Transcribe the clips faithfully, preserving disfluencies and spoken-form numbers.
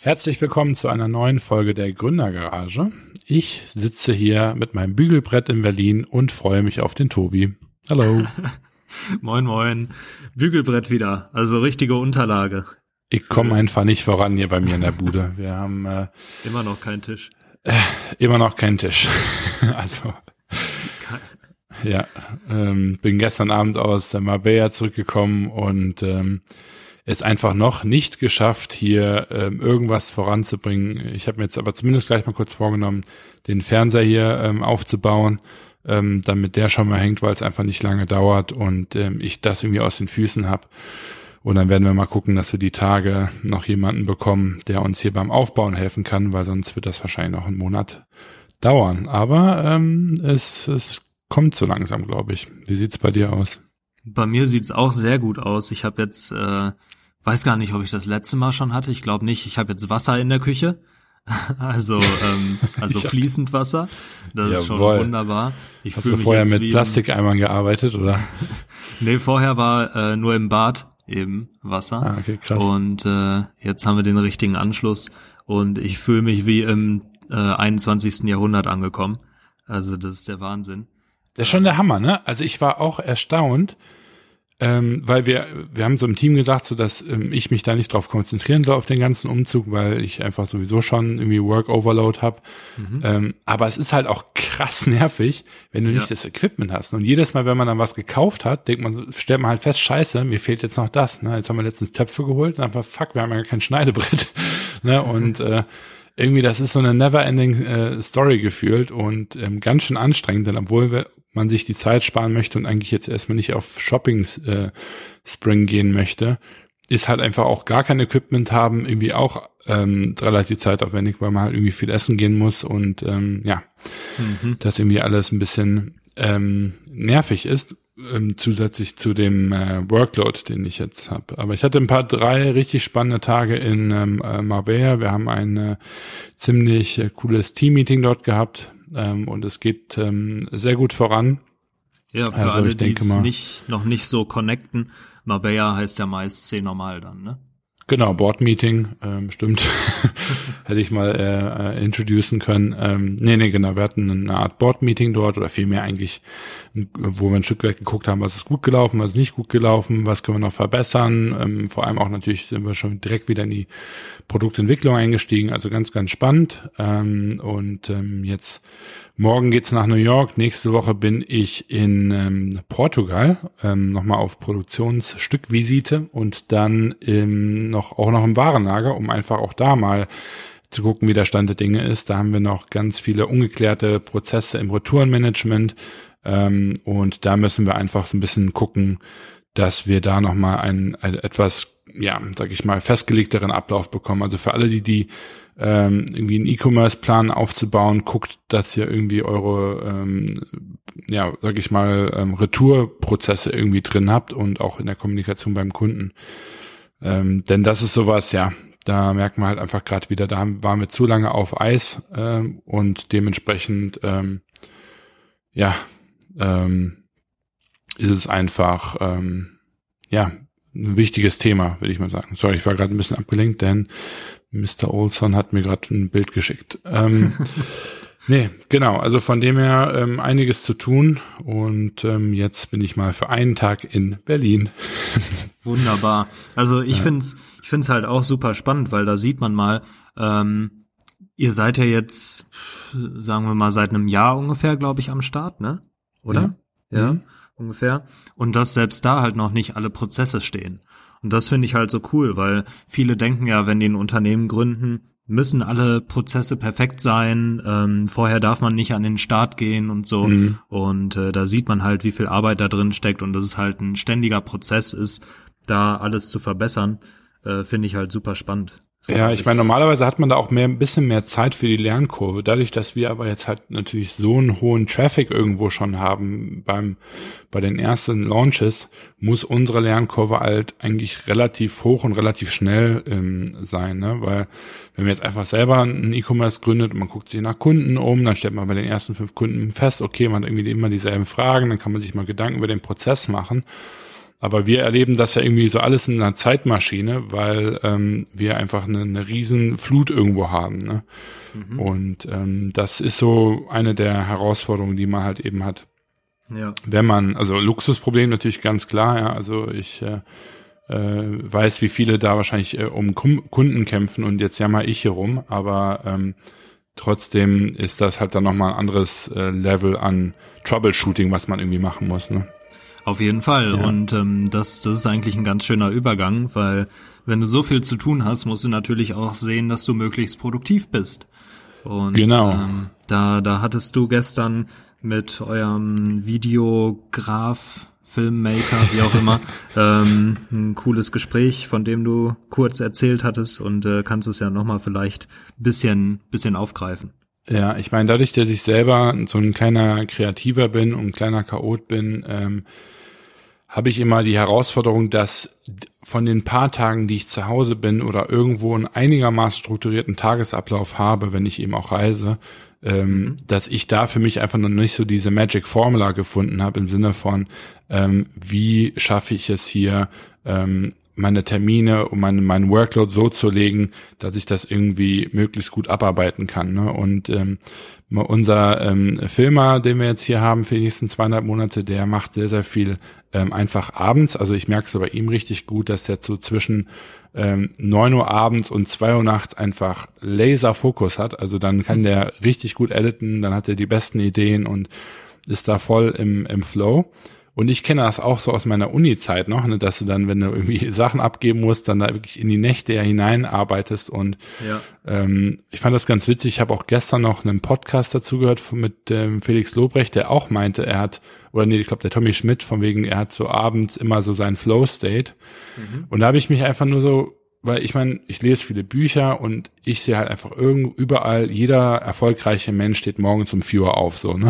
Herzlich willkommen zu einer neuen Folge der Gründergarage. Ich sitze hier mit meinem Bügelbrett in Berlin und freue mich auf den Tobi. Hallo. Moin, moin. Bügelbrett wieder, also richtige Unterlage. Ich komme einfach nicht voran hier bei mir in der Bude. Wir haben äh, immer noch keinen Tisch. Äh, immer noch keinen Tisch. Also Kein. ja, ähm, bin gestern Abend aus der Marbella zurückgekommen und ähm, es einfach noch nicht geschafft, hier ähm, irgendwas voranzubringen. Ich habe mir jetzt aber zumindest gleich mal kurz vorgenommen, den Fernseher hier ähm, aufzubauen, ähm, damit der schon mal hängt, weil es einfach nicht lange dauert und ähm, ich das irgendwie aus den Füßen habe. Und dann werden wir mal gucken, dass wir die Tage noch jemanden bekommen, der uns hier beim Aufbauen helfen kann, weil sonst wird das wahrscheinlich noch einen Monat dauern. Aber ähm, es, es kommt so langsam, glaube ich. Wie sieht's bei dir aus? Bei mir sieht's auch sehr gut aus. Ich habe jetzt, äh, weiß gar nicht, ob ich das letzte Mal schon hatte. Ich glaube nicht. Ich habe jetzt Wasser in der Küche, also ähm, also Ja. fließend Wasser. Das Jawohl. ist schon wunderbar. Ich Hast fühl du mich vorher jetzt mit wie Plastikeimern gearbeitet, oder? Nee, vorher war äh, nur im Bad eben Wasser. Ah, okay, krass. Und äh, jetzt haben wir den richtigen Anschluss und ich fühle mich wie im äh, einundzwanzigsten Jahrhundert angekommen. Also das ist der Wahnsinn. Das ist schon der Hammer, ne? Also ich war auch erstaunt, ähm, weil wir wir haben so im Team gesagt, so dass ähm, ich mich da nicht drauf konzentrieren soll auf den ganzen Umzug, weil ich einfach sowieso schon irgendwie Work Overload habe. Mhm. Ähm, aber es ist halt auch krass nervig, wenn du Ja. nicht das Equipment hast. Und jedes Mal, wenn man dann was gekauft hat, denkt man, so- stellt man halt fest, scheiße, mir fehlt jetzt noch das. Ne? Jetzt haben wir letztens Töpfe geholt und einfach, fuck, wir haben ja kein Schneidebrett. Ne? Und äh, irgendwie, das ist so eine never-ending äh, Story gefühlt und ähm, ganz schön anstrengend, denn obwohl wir, man sich die Zeit sparen möchte und eigentlich jetzt erstmal nicht auf Shopping-Spring äh, gehen möchte, ist halt einfach auch gar kein Equipment haben, irgendwie auch ähm, relativ zeitaufwendig, weil man halt irgendwie viel essen gehen muss und ähm, ja, Mhm. das irgendwie alles ein bisschen ähm, nervig ist, ähm, zusätzlich zu dem äh, Workload, den ich jetzt habe. Aber ich hatte ein paar, drei richtig spannende Tage in ähm, äh, Marbella. Wir haben ein äh, ziemlich äh, cooles Team-Meeting dort gehabt ähm, und es geht ähm, sehr gut voran. Ja, für Also alle, ich die denke es mal- nicht noch nicht so connecten, Marbella heißt ja meist C normal dann, ne? Genau, Board-Meeting, ähm, stimmt. Hätte ich mal äh, äh, introducen können. Ähm, nee, nee, genau, wir hatten eine Art Board-Meeting dort oder vielmehr eigentlich, wo wir ein Stück weit geguckt haben, was ist gut gelaufen, was ist nicht gut gelaufen, was können wir noch verbessern. Ähm, vor allem auch natürlich sind wir schon direkt wieder in die Produktentwicklung eingestiegen, also ganz, ganz spannend. Ähm, und ähm, jetzt morgen geht's nach New York, nächste Woche bin ich in ähm, Portugal, ähm, nochmal auf Produktionsstückvisite und dann ähm, noch auch noch im Warenlager, um einfach auch da mal zu gucken, wie der Stand der Dinge ist. Da haben wir noch ganz viele ungeklärte Prozesse im Retourenmanagement ähm, und da müssen wir einfach so ein bisschen gucken, dass wir da nochmal einen, einen etwas, ja, sag ich mal, festgelegteren Ablauf bekommen. Also für alle, die die ähm, irgendwie einen E-Commerce-Plan aufzubauen, guckt, dass ihr irgendwie eure, ähm, ja, sag ich mal, ähm, Retourprozesse irgendwie drin habt und auch in der Kommunikation beim Kunden. Ähm, denn das ist sowas, ja, da merkt man halt einfach gerade wieder, da haben- waren wir zu lange auf Eis ähm, und dementsprechend, ähm, ja, ähm, ist es einfach, ähm, ja, ein wichtiges Thema, würde ich mal sagen. Sorry, ich war gerade ein bisschen abgelenkt, denn Mister Olson hat mir gerade ein Bild geschickt. Ähm, nee, genau, also von dem her ähm, einiges zu tun und ähm, jetzt bin ich mal für einen Tag in Berlin. Wunderbar. Also ich find's, ich find's halt auch super spannend, weil da sieht man mal, ähm, ihr seid ja jetzt, sagen wir mal, seit einem Jahr ungefähr, glaube ich, am Start, ne? Oder? Ja. Ja, Mhm. ungefähr. Und dass selbst da halt noch nicht alle Prozesse stehen. Und das finde ich halt so cool, weil viele denken ja, wenn die ein Unternehmen gründen, müssen alle Prozesse perfekt sein, ähm, vorher darf man nicht an den Start gehen und so. Mhm. Und äh, da sieht man halt, wie viel Arbeit da drin steckt und dass es halt ein ständiger Prozess ist, da alles zu verbessern, äh, finde ich halt super spannend. Ja, ich meine, normalerweise hat man da auch mehr, ein bisschen mehr Zeit für die Lernkurve. Dadurch, dass wir aber jetzt halt natürlich so einen hohen Traffic irgendwo schon haben beim, bei den ersten Launches, muss unsere Lernkurve halt eigentlich relativ hoch und relativ schnell ähm, sein, ne? Weil, wenn man jetzt einfach selber einen E-Commerce gründet und man guckt sich nach Kunden um, dann stellt man bei den ersten fünf Kunden fest, okay, man hat irgendwie immer dieselben Fragen, dann kann man sich mal Gedanken über den Prozess machen. Aber wir erleben das ja irgendwie so alles in einer Zeitmaschine, weil ähm, wir einfach eine, eine riesen Flut irgendwo haben. Ne? Mhm. Und ähm, das ist so eine der Herausforderungen, die man halt eben hat. Ja. Wenn man, also Luxusproblem natürlich ganz klar, ja, also ich äh, äh, weiß, wie viele da wahrscheinlich äh, um Kunden kämpfen und jetzt jammer ich hier rum, aber ähm, trotzdem ist das halt dann nochmal ein anderes äh, Level an Troubleshooting, was man irgendwie machen muss, ne? Auf jeden Fall. Ja. Und ähm, das, das ist eigentlich ein ganz schöner Übergang, weil wenn du so viel zu tun hast, musst du natürlich auch sehen, dass du möglichst produktiv bist. Und genau. ähm, da, da hattest du gestern mit eurem Videograf, Filmmaker, wie auch immer, ähm, ein cooles Gespräch, von dem du kurz erzählt hattest und äh, kannst es ja nochmal vielleicht bisschen, bisschen aufgreifen. Ja, ich meine, dadurch, dass ich selber so ein kleiner Kreativer bin und ein kleiner Chaot bin, ähm, habe ich immer die Herausforderung, dass von den paar Tagen, die ich zu Hause bin oder irgendwo einen einigermaßen strukturierten Tagesablauf habe, wenn ich eben auch reise, ähm, dass ich da für mich einfach noch nicht so diese Magic Formula gefunden habe im Sinne von, ähm, wie schaffe ich es hier, ähm, meine Termine und mein, mein Workload so zu legen, dass ich das irgendwie möglichst gut abarbeiten kann. Ne? Und ähm, unser ähm, Filmer, den wir jetzt hier haben für die nächsten zweieinhalb Monate, der macht sehr, sehr viel ähm, einfach abends. Also ich merke es bei ihm richtig gut, dass der so zwischen ähm, neun Uhr abends und zwei Uhr nachts einfach Laser-Fokus hat. Also dann kann der richtig gut editen, dann hat er die besten Ideen und ist da voll im, im Flow. Und ich kenne das auch so aus meiner Uni-Zeit noch, ne, dass du dann, wenn du irgendwie Sachen abgeben musst, dann da wirklich in die Nächte ja hineinarbeitest. Und ja. ähm, ich fand das ganz witzig. Ich habe auch gestern noch einen Podcast dazu gehört mit ähm, Felix Lobrecht, der auch meinte, er hat, oder nee, ich glaube der Tommy Schmidt, von wegen, er hat so abends immer so seinen Flow-State. Mhm. Und da habe ich mich einfach nur so, weil ich meine, ich lese viele Bücher und ich sehe halt einfach irgendwo überall, jeder erfolgreiche Mensch steht morgens um vier Uhr auf, so, ne?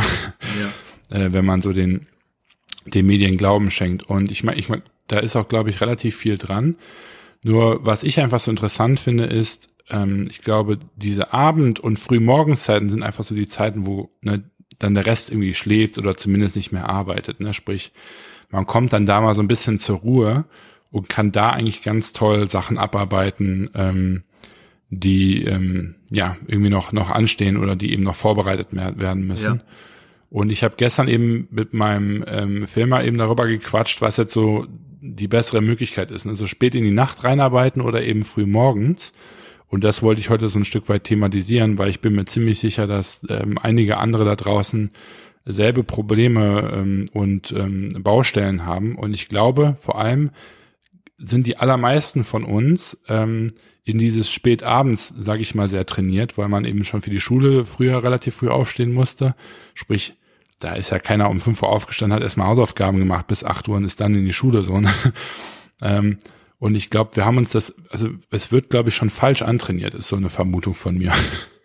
Ja. äh, wenn man so den den Medien Glauben schenkt. Und ich meine, ich mein, da ist auch, glaube ich, relativ viel dran. Nur was ich einfach so interessant finde, ist, ähm, ich glaube, diese Abend- und Frühmorgenszeiten sind einfach so die Zeiten, wo ne, dann der Rest irgendwie schläft oder zumindest nicht mehr arbeitet. Ne? Sprich, man kommt dann da mal so ein bisschen zur Ruhe und kann da eigentlich ganz toll Sachen abarbeiten, ähm, die ähm, ja irgendwie noch noch anstehen oder die eben noch vorbereitet werden müssen. Ja. Und ich habe gestern eben mit meinem ähm, Filmer eben darüber gequatscht, was jetzt so die bessere Möglichkeit ist. Also spät in die Nacht reinarbeiten oder eben früh morgens. Und das wollte ich heute so ein Stück weit thematisieren, weil ich bin mir ziemlich sicher, dass ähm, einige andere da draußen selbe Probleme ähm, und ähm, Baustellen haben. Und ich glaube, vor allem sind die allermeisten von uns ähm, in dieses Spätabends, sage ich mal, sehr trainiert, weil man eben schon für die Schule früher relativ früh aufstehen musste. Sprich, da ist ja keiner um fünf Uhr aufgestanden, hat erstmal Hausaufgaben gemacht bis acht Uhr und ist dann in die Schule so. Ne? ähm, und ich glaube, wir haben uns das, also es wird, glaube ich, schon falsch antrainiert, ist so eine Vermutung von mir.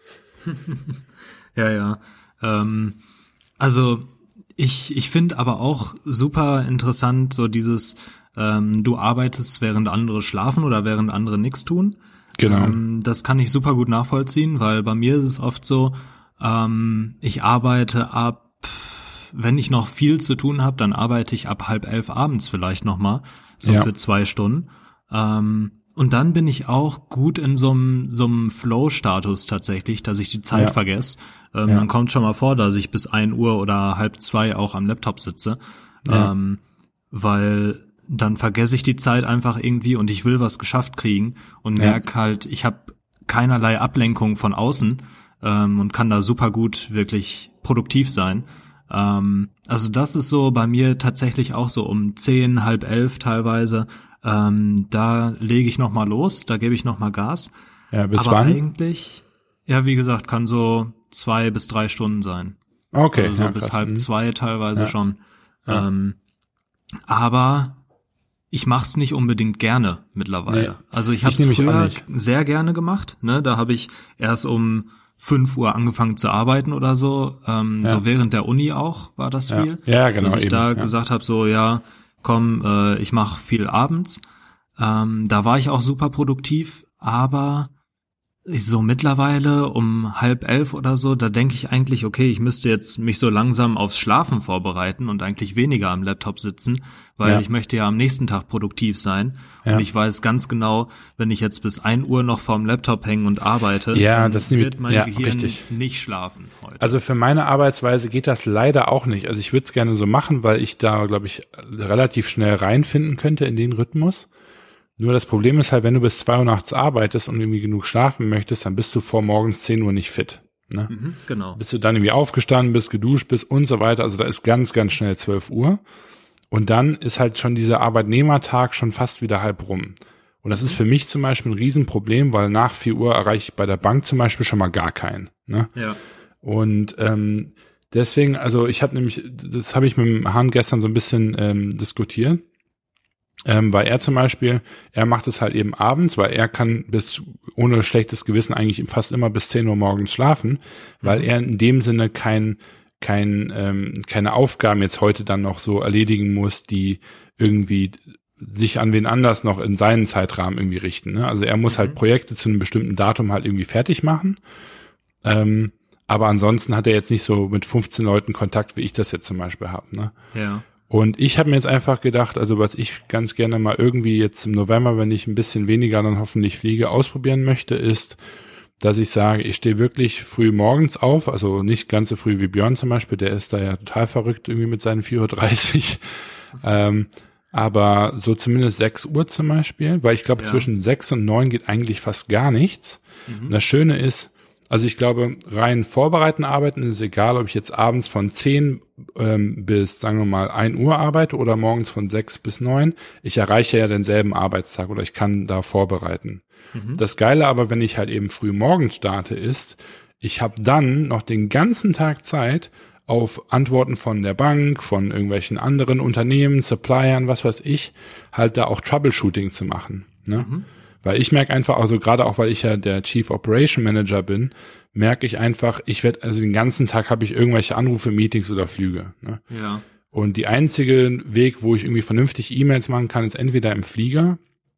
ja, ja. Ähm, also ich, ich finde aber auch super interessant, so dieses, ähm, du arbeitest, während andere schlafen oder während andere nichts tun. Genau. Ähm, das kann ich super gut nachvollziehen, weil bei mir ist es oft so, ähm, ich arbeite ab, wenn ich noch viel zu tun habe, dann arbeite ich ab halb elf abends vielleicht nochmal, so ja. für zwei Stunden. Ähm, und dann bin ich auch gut in so einem so einem Flow-Status tatsächlich, dass ich die Zeit ja. vergesse. Ähm, ja. Dann kommt schon mal vor, dass ich bis ein Uhr oder halb zwei auch am Laptop sitze, ja. ähm, weil dann vergesse ich die Zeit einfach irgendwie und ich will was geschafft kriegen und ja. merke halt, ich habe keinerlei Ablenkung von außen ähm, und kann da super gut wirklich produktiv sein. Ähm, also das ist so bei mir tatsächlich auch so um zehn, halb elf teilweise. Ähm, da lege ich noch mal los, da gebe ich noch mal Gas. Ja, bis Aber wann? eigentlich, ja, wie gesagt, kann so zwei bis drei Stunden sein. Okay. Also so ja, bis krass. halb zwei teilweise ja. schon. Ja. Ähm, aber ich mach's nicht unbedingt gerne mittlerweile. Nee. Also ich habe es früher sehr gerne gemacht. Ne, da habe ich erst um fünf Uhr angefangen zu arbeiten oder so. Ähm, ja. So während der Uni auch war das ja. viel. Ja, genau. Dass ich eben. da ja. gesagt habe, so ja, komm, äh, ich mache viel abends. Ähm, da war ich auch super produktiv, aber So mittlerweile um halb elf oder so, da denke ich eigentlich, okay, ich müsste jetzt mich so langsam aufs Schlafen vorbereiten und eigentlich weniger am Laptop sitzen, weil ja. ich möchte ja am nächsten Tag produktiv sein. Ja. Und ich weiß ganz genau, wenn ich jetzt bis ein Uhr noch vorm Laptop hänge und arbeite, ja, dann das wird nämlich, mein ja, Gehirn richtig. nicht schlafen heute. Also für meine Arbeitsweise geht das leider auch nicht. Also ich würde es gerne so machen, weil ich da, glaube ich, relativ schnell reinfinden könnte in den Rhythmus. Nur das Problem ist halt, wenn du bis zwei Uhr nachts arbeitest und irgendwie genug schlafen möchtest, dann bist du vor morgens zehn Uhr nicht fit. Ne? Mhm, genau. Bis du dann irgendwie aufgestanden bist, geduscht bist und so weiter. Also da ist ganz, ganz schnell zwölf Uhr. Und dann ist halt schon dieser Arbeitnehmertag schon fast wieder halb rum. Und das ist für mich zum Beispiel ein Riesenproblem, weil nach vier Uhr erreiche ich bei der Bank zum Beispiel schon mal gar keinen. Ne? Ja. Und ähm, deswegen, also ich habe nämlich, das habe ich mit dem Hahn gestern so ein bisschen ähm, diskutiert. Ähm, weil er zum Beispiel, er macht es halt eben abends, weil er kann bis ohne schlechtes Gewissen eigentlich fast immer bis zehn Uhr morgens schlafen, weil er in dem Sinne kein, kein, ähm, keine Aufgaben jetzt heute dann noch so erledigen muss, die irgendwie sich an wen anders noch in seinen Zeitrahmen irgendwie richten. Ne? Also er muss mhm. halt Projekte zu einem bestimmten Datum halt irgendwie fertig machen. Ähm, aber ansonsten hat er jetzt nicht so mit fünfzehn Leuten Kontakt, wie ich das jetzt zum Beispiel habe. Ne? Ja. Und ich habe mir jetzt einfach gedacht, also was ich ganz gerne mal irgendwie jetzt im November, wenn ich ein bisschen weniger dann hoffentlich fliege, ausprobieren möchte, ist, dass ich sage, ich stehe wirklich früh morgens auf, also nicht ganz so früh wie Björn zum Beispiel, der ist da ja total verrückt irgendwie mit seinen vier Uhr dreißig, ähm, aber so zumindest sechs Uhr zum Beispiel, weil ich glaube, ja. zwischen sechs und neun geht eigentlich fast gar nichts. Mhm. Und das Schöne ist, also ich glaube, rein vorbereiten arbeiten ist egal, ob ich jetzt abends von zehn ähm, bis, sagen wir mal, ein Uhr arbeite oder morgens von sechs bis neun. Ich erreiche ja denselben Arbeitstag oder ich kann da vorbereiten. Mhm. Das Geile aber, wenn ich halt eben früh morgens starte, ist, ich habe dann noch den ganzen Tag Zeit, auf Antworten von der Bank, von irgendwelchen anderen Unternehmen, Suppliern, was weiß ich, halt da auch Troubleshooting zu machen. Ne? Mhm. Weil ich merke einfach, also gerade auch, weil ich ja der Chief Operation Manager bin, merke ich einfach, ich werde, also den ganzen Tag habe ich irgendwelche Anrufe, Meetings oder Flüge. Ne? Ja. Und die einzige Weg, wo ich irgendwie vernünftig E-Mails machen kann, ist entweder im Flieger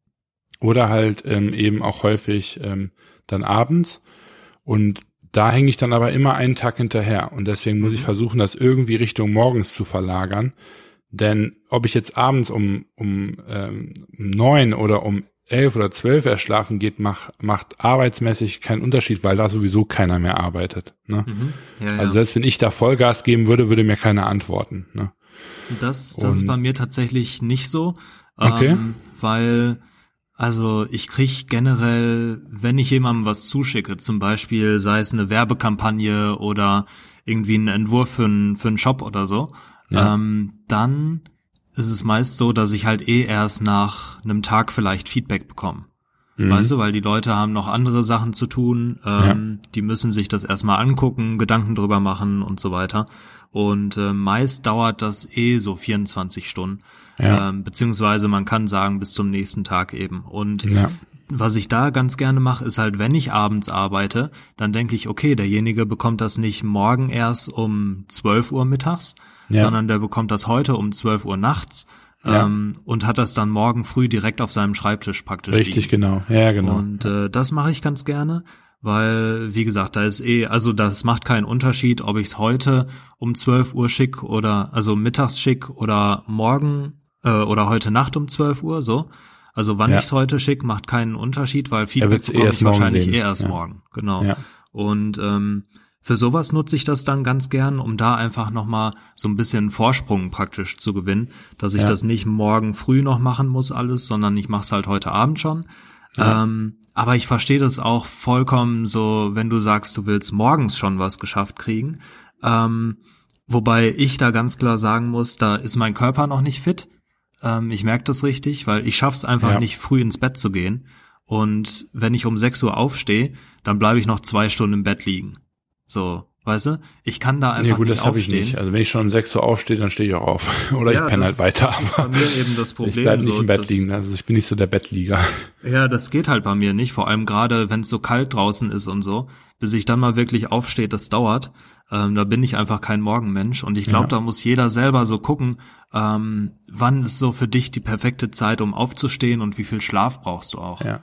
oder halt ähm, eben auch häufig ähm, dann abends. Und da hänge ich dann aber immer einen Tag hinterher. Und deswegen muss ich versuchen, das irgendwie Richtung morgens zu verlagern. Denn ob ich jetzt abends um um ähm, neun oder um elf oder zwölf erst schlafen geht, mach, macht arbeitsmäßig keinen Unterschied, weil da sowieso keiner mehr arbeitet. Ne? Mhm. Ja, ja. Also selbst wenn ich da Vollgas geben würde, würde mir keiner antworten. Ne? Das, das ist bei mir tatsächlich nicht so, okay. ähm, weil also ich krieg generell, wenn ich jemandem was zuschicke, zum Beispiel sei es eine Werbekampagne oder irgendwie ein Entwurf für, ein, für einen Shop oder so, ja. ähm, dann ist es meist so, dass ich halt eh erst nach einem Tag vielleicht Feedback bekomme. Mhm. Weißt du, weil die Leute haben noch andere Sachen zu tun, ähm, ja. die müssen sich das erstmal angucken, Gedanken drüber machen und so weiter. Und äh, meist dauert das eh so vierundzwanzig Stunden. Ja. Ähm, beziehungsweise man kann sagen, bis zum nächsten Tag eben. Und ja. was ich da ganz gerne mache, ist halt, wenn ich abends arbeite, dann denke ich, okay, derjenige bekommt das nicht morgen erst um zwölf Uhr mittags, ja. sondern der bekommt das heute um zwölf Uhr nachts ja. ähm, und hat das dann morgen früh direkt auf seinem Schreibtisch praktisch Richtig, liegen. genau. Ja, genau. Und äh, das mache ich ganz gerne, weil, wie gesagt, da ist eh, also das macht keinen Unterschied, ob ich es heute um zwölf Uhr schick oder, also mittags schick oder morgen äh, oder heute Nacht um zwölf Uhr, so. Also wann ja. ich es heute schicke, macht keinen Unterschied, weil Feedback bekomme ich wahrscheinlich sehen. eh erst ja. morgen. Genau. Ja. Und ähm, für sowas nutze ich das dann ganz gern, um da einfach nochmal so ein bisschen Vorsprung praktisch zu gewinnen, dass ich ja. das nicht morgen früh noch machen muss alles, sondern ich mache es halt heute Abend schon. Ja. Ähm, aber ich verstehe das auch vollkommen so, wenn du sagst, du willst morgens schon was geschafft kriegen. Ähm, wobei ich da ganz klar sagen muss, da ist mein Körper noch nicht fit. Ähm, ich merke das richtig, weil ich schaff's einfach ja. nicht, früh ins Bett zu gehen. Und wenn ich um sechs Uhr aufstehe, dann bleibe ich noch zwei Stunden im Bett liegen. So, weißt du? Ich kann da einfach nee, gut, nicht das aufstehen. Ich nicht. Also wenn ich schon um sechs Uhr aufstehe, dann stehe ich auch auf. Oder ja, ich penne halt weiter. Das ist bei mir eben das Problem. Ich bleibe nicht so, im Bett liegen. Also ich bin nicht so der Bettlieger. Ja, das geht halt bei mir nicht. Vor allem gerade, wenn es so kalt draußen ist und so. Bis ich dann mal wirklich aufstehe, das dauert. Ähm, da bin ich einfach kein Morgenmensch. Und ich glaube, ja. da muss jeder selber so gucken, ähm, wann ist so für dich die perfekte Zeit, um aufzustehen und wie viel Schlaf brauchst du auch. Ja.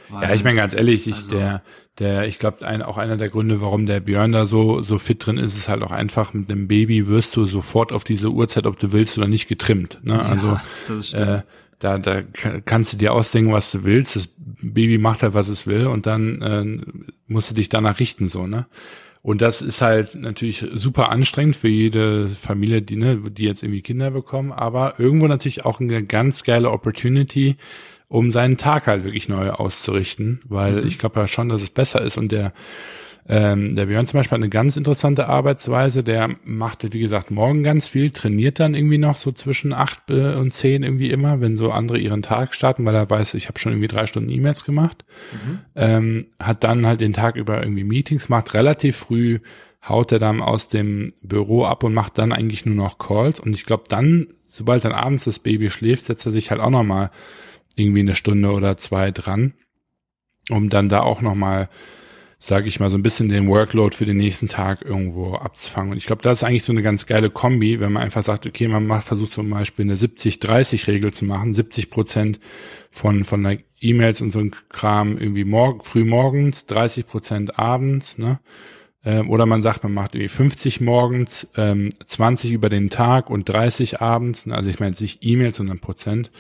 Ja, ich meine ganz ehrlich, ich, also, der, der, ich glaube, ein, auch einer der Gründe, warum der Björn da so, so fit drin ist, ist halt auch einfach, mit einem Baby wirst du sofort auf diese Uhrzeit, ob du willst oder nicht, getrimmt, ne? Also, ja, das stimmt. äh, da, da kannst du dir ausdenken, was du willst. Das Baby macht halt, was es will, und dann äh, musst du dich danach richten, so, ne? Und das ist halt natürlich super anstrengend für jede Familie, die, ne, die jetzt irgendwie Kinder bekommen, aber irgendwo natürlich auch eine ganz geile Opportunity, um seinen Tag halt wirklich neu auszurichten, weil mhm. ich glaube ja schon, dass es besser ist. Und der ähm, der Björn zum Beispiel hat eine ganz interessante Arbeitsweise, der macht, wie gesagt, morgen ganz viel, trainiert dann irgendwie noch so zwischen acht und zehn irgendwie immer, wenn so andere ihren Tag starten, weil er weiß, ich habe schon irgendwie drei Stunden E-Mails gemacht, mhm. ähm, hat dann halt den Tag über irgendwie Meetings, macht relativ früh, haut er dann aus dem Büro ab und macht dann eigentlich nur noch Calls. Und ich glaube dann, sobald dann abends das Baby schläft, setzt er sich halt auch nochmal irgendwie eine Stunde oder zwei dran, um dann da auch nochmal, sage ich mal, so ein bisschen den Workload für den nächsten Tag irgendwo abzufangen. Und ich glaube, das ist eigentlich so eine ganz geile Kombi, wenn man einfach sagt, okay, man macht, versucht zum Beispiel eine siebzig dreißig Regel zu machen, siebzig Prozent von von der E-Mails und so ein Kram irgendwie morgen, früh morgens, dreißig Prozent abends, ne? Ähm, oder man sagt, man macht irgendwie fünfzig morgens, ähm, zwanzig über den Tag und dreißig abends, ne? Also ich meine jetzt nicht E-Mails, sondern Prozent.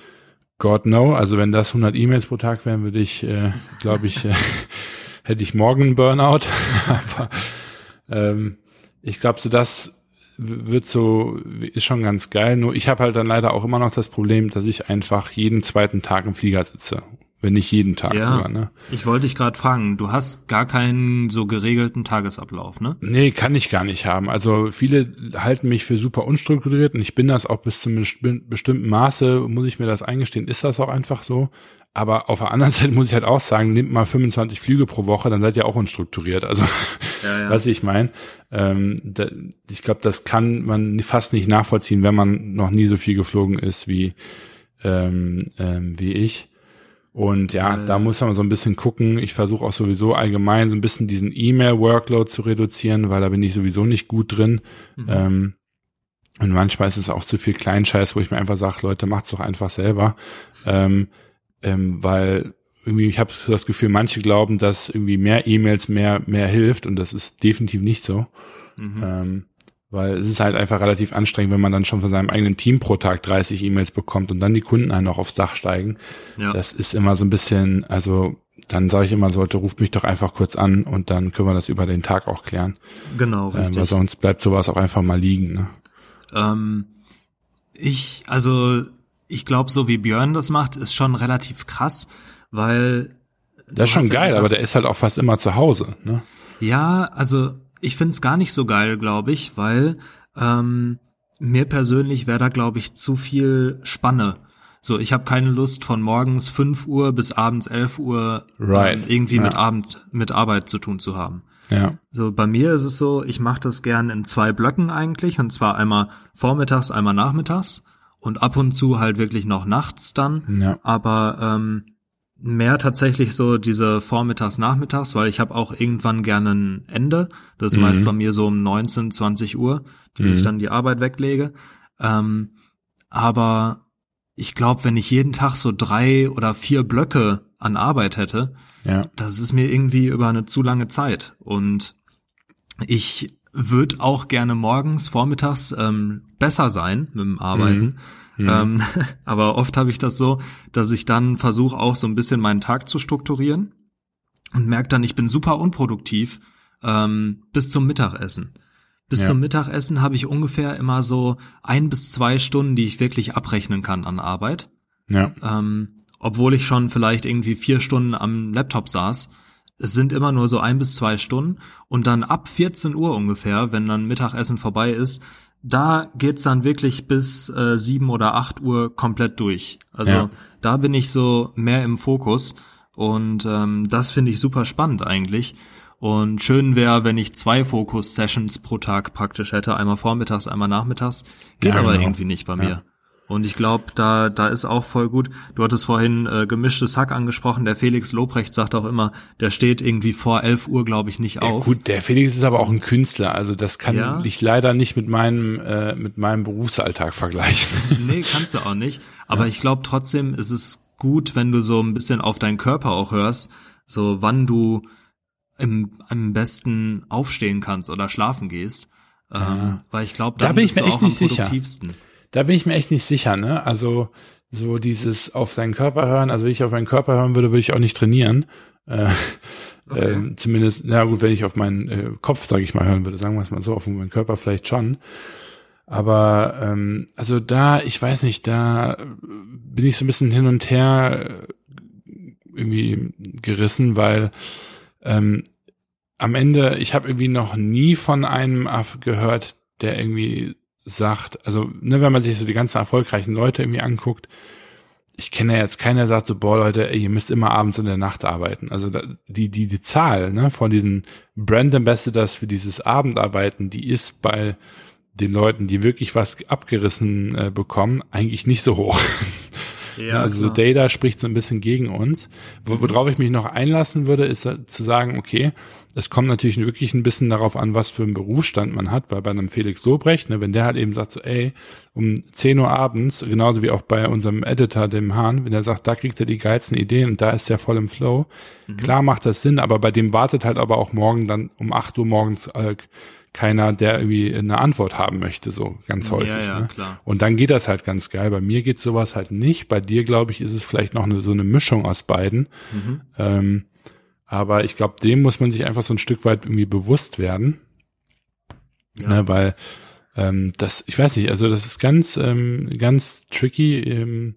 God no, also wenn das hundert E-Mails pro Tag wären, würde ich, äh, glaube ich, äh, hätte ich morgen einen Burnout. Aber ähm, ich glaube, so das wird so, ist schon ganz geil. Nur ich habe halt dann leider auch immer noch das Problem, dass ich einfach jeden zweiten Tag im Flieger sitze. Wenn nicht jeden Tag ja, sogar, ne? Ich wollte dich gerade fragen, du hast gar keinen so geregelten Tagesablauf, ne? Nee, kann ich gar nicht haben. Also viele halten mich für super unstrukturiert und ich bin das auch bis zu einem bestimmten Maße, muss ich mir das eingestehen, ist das auch einfach so. Aber auf der anderen Seite muss ich halt auch sagen, nehmt mal fünfundzwanzig Flüge pro Woche, dann seid ihr auch unstrukturiert. Also, ja, ja. Was ich meine, ähm, da, ich glaube, das kann man fast nicht nachvollziehen, wenn man noch nie so viel geflogen ist wie ähm, ähm, wie ich. Und ja, äh, da muss man so ein bisschen gucken. Ich versuche auch sowieso allgemein so ein bisschen diesen E-Mail-Workload zu reduzieren, weil da bin ich sowieso nicht gut drin. Mhm. Ähm, und manchmal ist es auch zu viel Kleinscheiß, wo ich mir einfach sage, Leute, macht's doch einfach selber. Ähm, ähm, weil irgendwie, ich habe das Gefühl, manche glauben, dass irgendwie mehr E-Mails mehr mehr hilft, und das ist definitiv nicht so. Mhm. Ähm, weil es ist halt einfach relativ anstrengend, wenn man dann schon von seinem eigenen Team pro Tag dreißig E-Mails bekommt und dann die Kunden einen noch aufs Dach steigen. Ja. Das ist immer so ein bisschen, also dann sage ich immer, Leute, ruft mich doch einfach kurz an und dann können wir das über den Tag auch klären. Genau, richtig. Ähm, weil sonst bleibt sowas auch einfach mal liegen. Ne? Ähm, ich, also ich glaube, so wie Björn das macht, ist schon relativ krass, weil das ist schon geil, ja gesagt, aber der ist halt auch fast immer zu Hause. Ne? Ja, also ich find's gar nicht so geil, glaube ich, weil ähm, mir persönlich wäre da, glaube ich, zu viel Spanne. So, ich habe keine Lust, von morgens fünf Uhr bis abends elf Uhr right. ähm, irgendwie ja. mit Abend mit Arbeit zu tun zu haben. Ja. So, bei mir ist es so, ich mache das gern in zwei Blöcken eigentlich, und zwar einmal vormittags, einmal nachmittags und ab und zu halt wirklich noch nachts dann. Ja. Aber ähm, mehr tatsächlich so diese Vormittags, Nachmittags, weil ich habe auch irgendwann gerne ein Ende. Das ist mhm. meist bei mir so um neunzehn, zwanzig Uhr, die mhm. ich dann die Arbeit weglege. Ähm, aber ich glaube, wenn ich jeden Tag so drei oder vier Blöcke an Arbeit hätte, ja. das ist mir irgendwie über eine zu lange Zeit. Und ich würde auch gerne morgens, vormittags ähm, besser sein mit dem Arbeiten. Mhm. Mhm. Ähm, aber oft habe ich das so, dass ich dann versuche auch so ein bisschen meinen Tag zu strukturieren und merke dann, ich bin super unproduktiv ähm, bis zum Mittagessen. Bis ja. zum Mittagessen habe ich ungefähr immer so ein bis zwei Stunden, die ich wirklich abrechnen kann an Arbeit. Ja. Ähm, obwohl ich schon vielleicht irgendwie vier Stunden am Laptop saß. Es sind immer nur so ein bis zwei Stunden. Und dann ab vierzehn Uhr ungefähr, wenn dann Mittagessen vorbei ist, da geht's dann wirklich bis äh, sieben oder acht Uhr komplett durch. Also ja. da bin ich so mehr im Fokus. Und ähm, das finde ich super spannend eigentlich. Und schön wäre, wenn ich zwei Fokus-Sessions pro Tag praktisch hätte. Einmal vormittags, einmal nachmittags. Geht ja, aber genau. irgendwie nicht bei mir. Ja. Und ich glaube, da da ist auch voll gut. Du hattest vorhin äh, gemischtes Hack angesprochen. Der Felix Lobrecht sagt auch immer, der steht irgendwie vor elf Uhr, glaube ich, nicht auf. Ja, gut, der Felix ist aber auch ein Künstler. Also das kann ja. ich leider nicht mit meinem äh, mit meinem Berufsalltag vergleichen. Nee, kannst du auch nicht. Aber ja. ich glaube trotzdem ist es gut, wenn du so ein bisschen auf deinen Körper auch hörst, so wann du im, am besten aufstehen kannst oder schlafen gehst. Ja. Ähm, weil ich glaube, dann da bin ich bist mir du echt auch am nicht sicher. produktivsten. Da bin ich mir echt nicht sicher, ne? Also so dieses auf seinen Körper hören, also wenn ich auf meinen Körper hören würde, würde ich auch nicht trainieren. Äh, Okay. äh, zumindest, na gut, wenn ich auf meinen äh, Kopf, sage ich mal, hören würde, sagen wir es mal so, auf meinen Körper vielleicht schon. Aber ähm, also da, ich weiß nicht, da bin ich so ein bisschen hin und her äh, irgendwie gerissen, weil ähm, am Ende, ich habe irgendwie noch nie von einem Aff gehört, der irgendwie sagt, also ne, wenn man sich so die ganzen erfolgreichen Leute irgendwie anguckt, ich kenne ja jetzt keiner, der sagt so, boah Leute, ey, ihr müsst immer abends in der Nacht arbeiten. Also da, die die die Zahl ne von diesen Brand Ambassadors für dieses Abendarbeiten, die ist bei den Leuten, die wirklich was abgerissen äh, bekommen, eigentlich nicht so hoch. Ja, also so klar. Data spricht so ein bisschen gegen uns. Wo, worauf ich mich noch einlassen würde, ist äh, zu sagen, okay, es kommt natürlich wirklich ein bisschen darauf an, was für einen Berufsstand man hat, weil bei einem Felix Lobrecht, ne, wenn der halt eben sagt so, ey, um zehn Uhr abends, genauso wie auch bei unserem Editor, dem Hahn, wenn er sagt, da kriegt er die geilsten Ideen und da ist er voll im Flow, mhm. Klar macht das Sinn, aber bei dem wartet halt aber auch morgen dann um acht Uhr morgens äh, keiner, der irgendwie eine Antwort haben möchte, so ganz häufig. Ja, ja, ne? klar. Und dann geht das halt ganz geil. Bei mir geht sowas halt nicht. Bei dir, glaube ich, ist es vielleicht noch eine, so eine Mischung aus beiden. Mhm. Ähm, aber ich glaube, dem muss man sich einfach so ein Stück weit irgendwie bewusst werden. Ja. Ne, weil ähm, das, ich weiß nicht, also das ist ganz, ähm, ganz tricky ähm,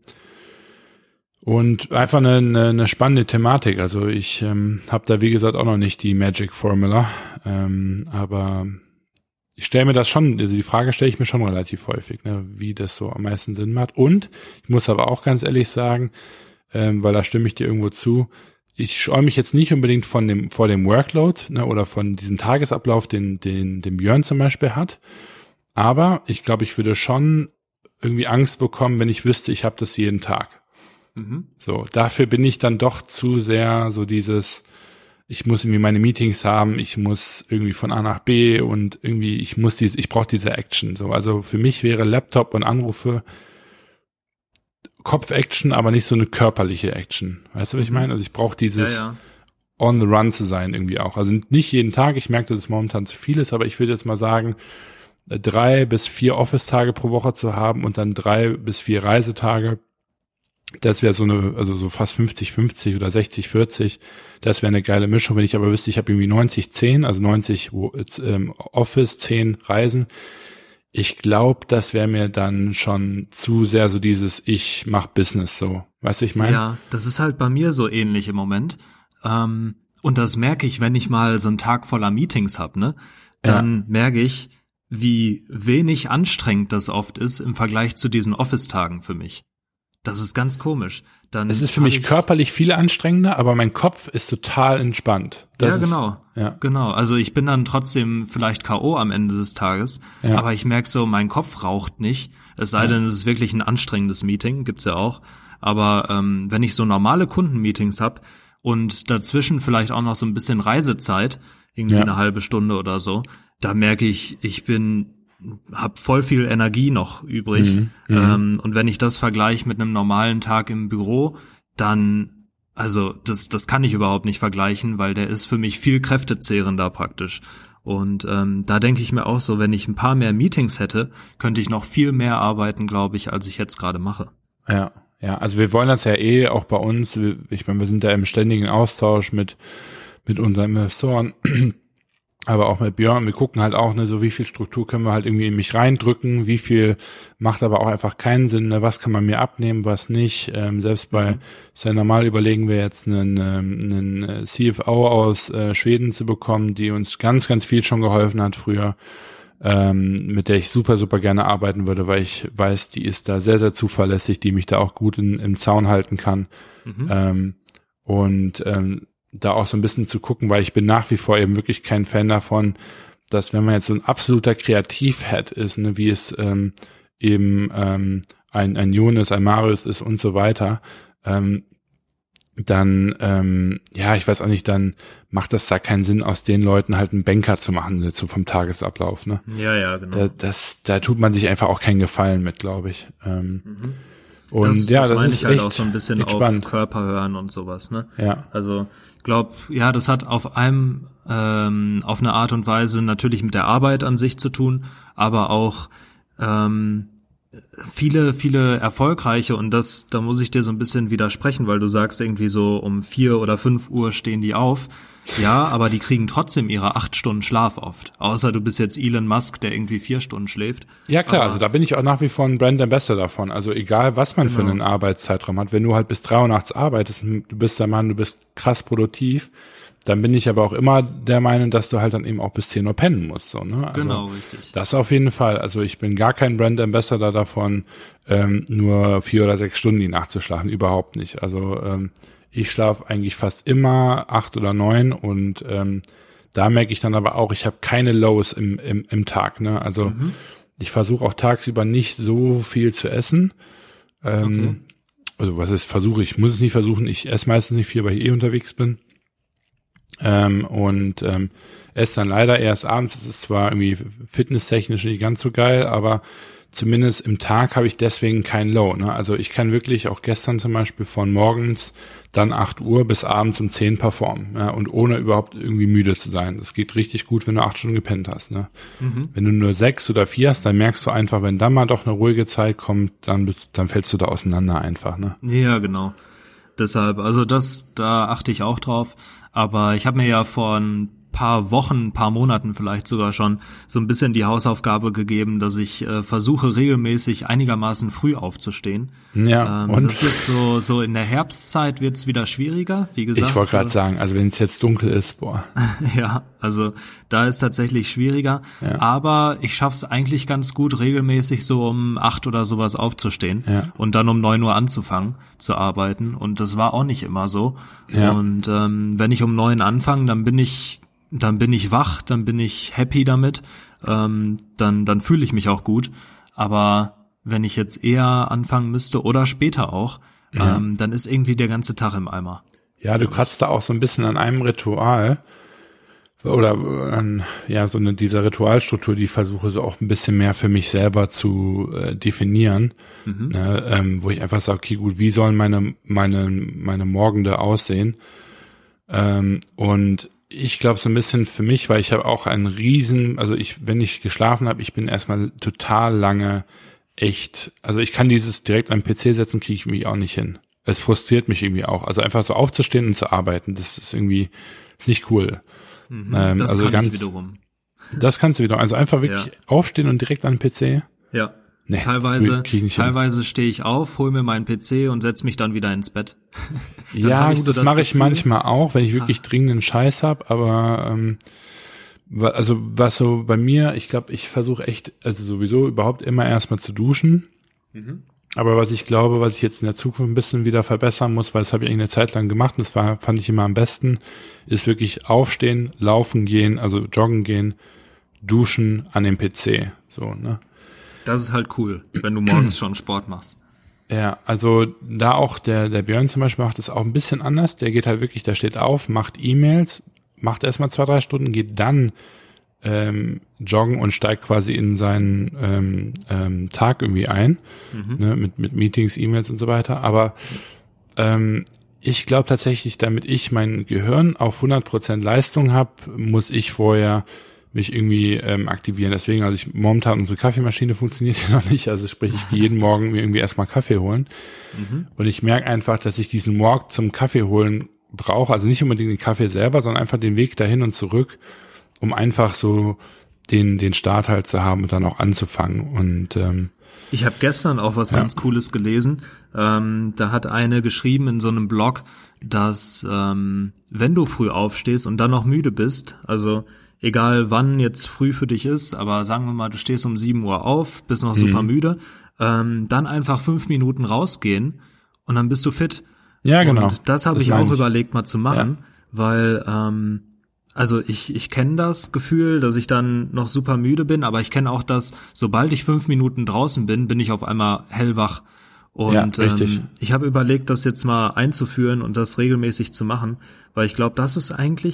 und einfach eine, eine, eine spannende Thematik. Also ich ähm, habe da, wie gesagt, auch noch nicht die Magic Formula, ähm, aber ich stelle mir das schon, also die Frage stelle ich mir schon relativ häufig, ne, wie das so am meisten Sinn macht. Und ich muss aber auch ganz ehrlich sagen, ähm, weil da stimme ich dir irgendwo zu, ich scheue mich jetzt nicht unbedingt von dem vor dem Workload, ne, oder von diesem Tagesablauf, den den den Björn zum Beispiel hat. Aber ich glaube, ich würde schon irgendwie Angst bekommen, wenn ich wüsste, ich habe das jeden Tag. Mhm. So, dafür bin ich dann doch zu sehr so dieses, ich muss irgendwie meine Meetings haben, ich muss irgendwie von A nach B und irgendwie, ich muss diese, ich brauche diese Action. So, also für mich wäre Laptop und Anrufe Kopf-Action, aber nicht so eine körperliche Action. Weißt du, was ich meine? Also ich brauche dieses Ja, ja. on the run zu sein irgendwie auch. Also nicht jeden Tag, ich merke, dass es momentan zu viel ist, aber ich würde jetzt mal sagen, drei bis vier Office-Tage pro Woche zu haben und dann drei bis vier Reisetage. Das wäre so eine, also so fast fünfzig fünfzig oder sechzig vierzig. Das wäre eine geile Mischung. Wenn ich aber wüsste, ich habe irgendwie neunzig zehn, also neunzig ähm, Office, zehn Reisen. Ich glaube, das wäre mir dann schon zu sehr so dieses, ich mach Business so. Weißt du, ich meine? Ja, das ist halt bei mir so ähnlich im Moment. Ähm, und das merke ich, wenn ich mal so einen Tag voller Meetings hab, ne? Dann ja. merke ich, wie wenig anstrengend das oft ist im Vergleich zu diesen Office-Tagen für mich. Das ist ganz komisch. Dann es ist für mich körperlich viel anstrengender, aber mein Kopf ist total entspannt. Das ja, genau. Ist, ja, genau. Also ich bin dann trotzdem vielleicht K O am Ende des Tages, ja. aber ich merke so, mein Kopf raucht nicht. Es sei ja. denn, es ist wirklich ein anstrengendes Meeting, gibt's ja auch. Aber ähm, wenn ich so normale Kundenmeetings hab und dazwischen vielleicht auch noch so ein bisschen Reisezeit, irgendwie ja. eine halbe Stunde oder so, da merke ich, ich bin hab voll viel Energie noch übrig. Mhm, ähm, und wenn ich das vergleiche mit einem normalen Tag im Büro, dann, also das das kann ich überhaupt nicht vergleichen, weil der ist für mich viel kräftezehrender praktisch. Und ähm, da denke ich mir auch so, wenn ich ein paar mehr Meetings hätte, könnte ich noch viel mehr arbeiten, glaube ich, als ich jetzt gerade mache. Ja, ja, also wir wollen das ja eh auch bei uns, ich meine, wir sind da im ständigen Austausch mit mit unseren Investoren, aber auch mit Björn, wir gucken halt auch, ne, so wie viel Struktur können wir halt irgendwie in mich reindrücken, wie viel macht aber auch einfach keinen Sinn, ne, was kann man mir abnehmen, was nicht, ähm, selbst bei, mhm. ist ja normal, überlegen wir jetzt einen, einen C F O aus äh, Schweden zu bekommen, die uns ganz, ganz viel schon geholfen hat früher, ähm, mit der ich super, super gerne arbeiten würde, weil ich weiß, die ist da sehr, sehr zuverlässig, die mich da auch gut in, im Zaun halten kann, mhm. ähm, und ähm, da auch so ein bisschen zu gucken, weil ich bin nach wie vor eben wirklich kein Fan davon, dass wenn man jetzt so ein absoluter Kreativhead ist, ne, wie es ähm, eben ähm, ein, ein Jonas, ein Marius ist und so weiter, ähm, dann, ähm, ja, ich weiß auch nicht, dann macht das da keinen Sinn, aus den Leuten halt einen Banker zu machen, ne, so vom Tagesablauf, ne? Ja, ja, genau. Da, das, da tut man sich einfach auch keinen Gefallen mit, glaube ich. Ähm, mhm. Und das, ja, das, das meine ist ich halt echt, auch so ein bisschen echt auf spannend. Körper hören und sowas, ne? Ja. Also ich glaube, ja, das hat auf einem ähm, auf eine Art und Weise natürlich mit der Arbeit an sich zu tun, aber auch ähm, viele, viele erfolgreiche, und das, da muss ich dir so ein bisschen widersprechen, weil du sagst irgendwie so um vier oder fünf Uhr stehen die auf. Ja, aber die kriegen trotzdem ihre acht Stunden Schlaf oft. Außer du bist jetzt Elon Musk, der irgendwie vier Stunden schläft. Ja klar, aber, also da bin ich auch nach wie vor ein Brand Ambassador davon. Also egal, was man Genau. für einen Arbeitszeitraum hat, wenn du halt bis drei Uhr nachts arbeitest, und du bist der Mann, du bist krass produktiv, dann bin ich aber auch immer der Meinung, dass du halt dann eben auch bis zehn Uhr pennen musst. So, ne? Also Genau, richtig. das auf jeden Fall. Also ich bin gar kein Brand Ambassador davon, ähm, nur vier oder sechs Stunden die Nacht zu schlafen. Überhaupt nicht. Also ähm, ich schlafe eigentlich fast immer acht oder neun und ähm, da merke ich dann aber auch, ich habe keine Lows im, im, im Tag. Ne? Also Mhm. ich versuche auch tagsüber nicht so viel zu essen. Ähm, Okay. Also was ist versuche ich? Muss es nicht versuchen. Ich esse meistens nicht viel, weil ich eh unterwegs bin. Ähm, und ähm, esse dann leider erst abends. Das ist zwar irgendwie fitnesstechnisch nicht ganz so geil, aber zumindest im Tag habe ich deswegen kein Low. Ne? Also ich kann wirklich auch gestern zum Beispiel von morgens dann acht Uhr bis abends um zehn performen, ja, und ohne überhaupt irgendwie müde zu sein. Das geht richtig gut, wenn du acht Stunden gepennt hast. Ne? Mhm. Wenn du nur sechs oder vier hast, dann merkst du einfach, wenn dann mal doch eine ruhige Zeit kommt, dann bist, dann fällst du da auseinander einfach. Ne? Ja, genau. Deshalb, also das, da achte ich auch drauf. Aber ich habe mir ja vor ein paar Wochen, ein paar Monaten vielleicht sogar schon so ein bisschen die Hausaufgabe gegeben, dass ich äh, versuche regelmäßig einigermaßen früh aufzustehen. Ja, Ähm, und das ist jetzt so, so in der Herbstzeit wird's wieder schwieriger, wie gesagt. ich wollte gerade so, sagen, also wenn es jetzt dunkel ist, boah. ja, also da ist tatsächlich schwieriger. Ja. Aber ich schaff's eigentlich ganz gut, regelmäßig so um acht oder sowas aufzustehen Ja. und dann um neun Uhr anzufangen zu arbeiten. Und das war auch nicht immer so. Ja. Und ähm, wenn ich um neun anfange, dann bin ich dann bin ich wach, dann bin ich happy damit, ähm, dann dann fühle ich mich auch gut. Aber wenn ich jetzt eher anfangen müsste oder später auch, Ja. ähm, dann ist irgendwie der ganze Tag im Eimer. Ja, du kratzt da auch so ein bisschen an einem Ritual oder an, ja, so eine, diese Ritualstruktur, die ich versuche so auch ein bisschen mehr für mich selber zu äh, definieren, Mhm. ne, ähm, wo ich einfach sage, okay, gut, wie sollen meine, meine, meine Morgende aussehen? Ähm, und ich glaube so ein bisschen für mich, weil ich habe auch einen riesen, also ich, wenn ich geschlafen habe, ich bin erstmal total lange echt, also ich kann dieses direkt am P C setzen, kriege ich mich auch nicht hin. Es frustriert mich irgendwie auch. Also einfach so aufzustehen und zu arbeiten, das ist irgendwie ist nicht cool. Mhm. Ähm, Das also kann ganz, ich wiederum. Das kannst du wieder. Also einfach wirklich Ja. aufstehen und direkt an den P C. Ja. Nee, teilweise das krieg ich nicht hin. teilweise stehe ich auf, hol mir meinen P C und setz mich dann wieder ins Bett. Dann Ja, hab ich gut, so das, das mache ich Gefühl- manchmal auch, wenn ich wirklich Ah. dringenden Scheiß habe, aber ähm, wa- also was so bei mir, ich glaube, ich versuche echt, also sowieso überhaupt immer erstmal zu duschen. Mhm. Aber was ich glaube, was ich jetzt in der Zukunft ein bisschen wieder verbessern muss, weil das habe ich eine Zeit lang gemacht, und das war, fand ich immer am besten, ist wirklich aufstehen, laufen gehen, also joggen gehen, duschen an dem P C. So, ne? Das ist halt cool, wenn du morgens schon Sport machst. Ja, also da auch der der Björn zum Beispiel macht es auch ein bisschen anders. Der geht halt wirklich, der steht auf, macht E-Mails, macht erstmal zwei, drei Stunden, geht dann ähm, joggen und steigt quasi in seinen ähm, ähm, Tag irgendwie ein, Mhm. ne, mit mit Meetings, E-Mails und so weiter. Aber ähm, ich glaube tatsächlich, damit ich mein Gehirn auf hundert Prozent Leistung habe, muss ich vorher mich irgendwie ähm, aktivieren. Deswegen, also ich momentan, unsere Kaffeemaschine funktioniert ja noch nicht, also sprich, ich gehe jeden Morgen mir irgendwie erstmal Kaffee holen. Mhm. Und ich merke einfach, dass ich diesen Walk zum Kaffee holen brauche, also nicht unbedingt den Kaffee selber, sondern einfach den Weg dahin und zurück, um einfach so den den Start halt zu haben und dann auch anzufangen. Und ähm, Ich habe gestern auch was Ja. ganz Cooles gelesen. Ähm, da hat eine geschrieben in so einem Blog, dass ähm, wenn du früh aufstehst und dann noch müde bist, also egal wann jetzt früh für dich ist, aber sagen wir mal, du stehst um sieben Uhr auf, bist noch super Mhm. müde, ähm, dann einfach fünf Minuten rausgehen und dann bist du fit. ja, genau. Und das habe ich meine auch überlegt mal zu machen, weil ähm, also ich ich kenne das Gefühl, dass ich dann noch super müde bin, aber ich kenne auch das, sobald ich fünf Minuten draußen bin, bin ich auf einmal hellwach. Und Ja, richtig. ähm, ich habe überlegt, das jetzt mal einzuführen und das regelmäßig zu machen, weil ich glaube, das ist eigentlich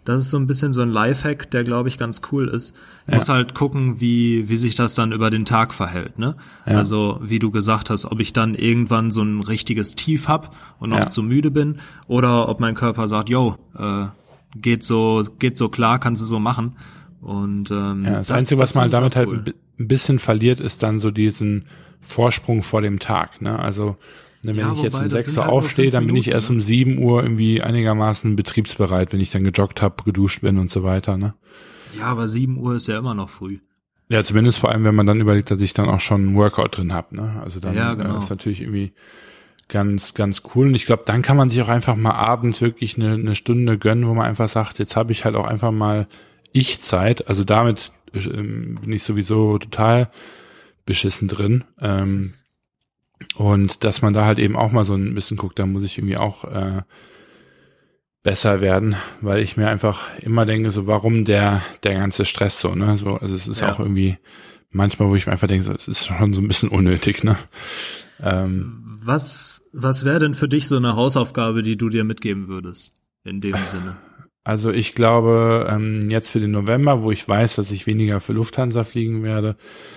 das ist so ein bisschen so ein Lifehack, der, glaube ich, ganz cool ist. Du Ja. musst halt gucken, wie wie sich das dann über den Tag verhält, ne? Ja. Also, wie du gesagt hast, ob ich dann irgendwann so ein richtiges Tief hab und noch Ja. zu müde bin oder ob mein Körper sagt, yo, äh, geht so geht so klar, kannst du so machen. Und ähm, Ja, das, Einzige, was man finde ich damit auch halt cool. ein bi- ein bisschen verliert, ist dann so diesen Vorsprung vor dem Tag. Ne? Also ne, wenn Ja, ich jetzt wobei, um das sechs sind Uhr halt nur aufstehe, fünf dann bin ich Minuten, erst ne? um sieben Uhr irgendwie einigermaßen betriebsbereit, wenn ich dann gejoggt habe, geduscht bin und so weiter. Ne? Ja, aber sieben Uhr ist ja immer noch früh. Ja, zumindest vor allem, wenn man dann überlegt, dass ich dann auch schon einen Workout drin habe. Ne? Also dann Ja, genau. äh, ist natürlich irgendwie ganz, ganz cool. Und ich glaube, dann kann man sich auch einfach mal abends wirklich eine, eine Stunde gönnen, wo man einfach sagt, jetzt habe ich halt auch einfach mal Ich-Zeit. Also damit ähm, bin ich sowieso total beschissen drin. Ähm, und dass man da halt eben auch mal so ein bisschen guckt, da muss ich irgendwie auch äh, besser werden, weil ich mir einfach immer denke, so warum der der ganze Stress so, ne? So, also es ist Ja. auch irgendwie manchmal, wo ich mir einfach denke, so, es ist schon so ein bisschen unnötig, ne? Ähm, Was, was wäre denn für dich so eine Hausaufgabe, die du dir mitgeben würdest? In dem Sinne. Also ich glaube, ähm, jetzt für den November, wo ich weiß, dass ich weniger für Lufthansa fliegen werde,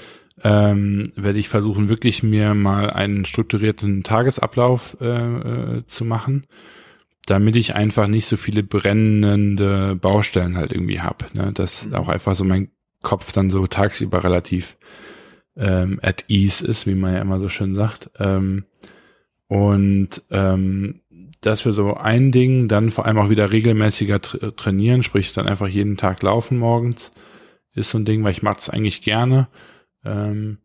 ähm, werde ich versuchen, wirklich mir mal einen strukturierten Tagesablauf äh, äh, zu machen, damit ich einfach nicht so viele brennende Baustellen halt irgendwie habe. Ne? Dass Mhm. auch einfach so mein Kopf dann so tagsüber relativ ähm, at ease ist, wie man ja immer so schön sagt. Ähm, und ähm, das wäre so ein Ding, dann vor allem auch wieder regelmäßiger tra- trainieren, sprich dann einfach jeden Tag laufen morgens, ist so ein Ding, weil ich mache das eigentlich gerne. Ähm,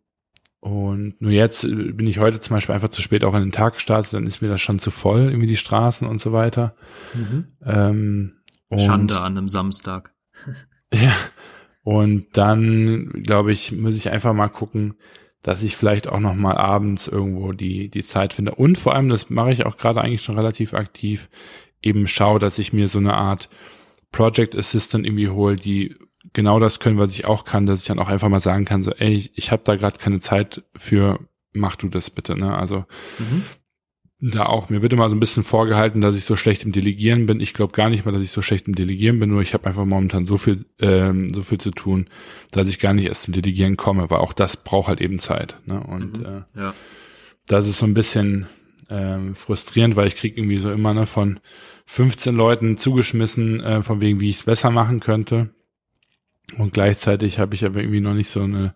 und nur jetzt äh, bin ich heute zum Beispiel einfach zu spät auch in den Tag gestartet, dann ist mir das schon zu voll, irgendwie die Straßen und so weiter. Mhm. Ähm, und Schande an einem Samstag. Ja, und dann, glaube ich, muss ich einfach mal gucken, dass ich vielleicht auch noch mal abends irgendwo die die Zeit finde. Und vor allem, das mache ich auch gerade eigentlich schon relativ aktiv, eben schaue, dass ich mir so eine Art Project Assistant irgendwie hole, die genau das können, was ich auch kann, dass ich dann auch einfach mal sagen kann, so, ey, ich, ich habe da gerade keine Zeit für, mach du das bitte, ne? Also Mhm. da auch, mir wird immer so ein bisschen vorgehalten, dass ich so schlecht im Delegieren bin. Ich glaube gar nicht mal, dass ich so schlecht im Delegieren bin, nur ich habe einfach momentan so viel ähm, so viel zu tun, dass ich gar nicht erst zum Delegieren komme, weil auch das braucht halt eben Zeit. Ne? Und Mhm. äh, Ja. das ist so ein bisschen ähm, frustrierend, weil ich kriege irgendwie so immer ne, von fünfzehn Leuten zugeschmissen, äh, von wegen, wie ich es besser machen könnte. Und gleichzeitig habe ich aber irgendwie noch nicht so eine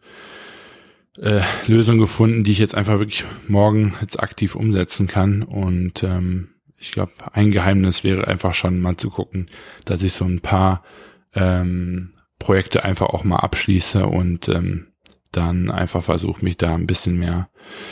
Äh, Lösung gefunden, die ich jetzt einfach wirklich morgen jetzt aktiv umsetzen kann. Und ähm, ich glaube, ein Geheimnis wäre einfach schon mal zu gucken, dass ich so ein paar ähm, Projekte einfach auch mal abschließe und ähm, dann einfach versuche, mich da ein bisschen mehr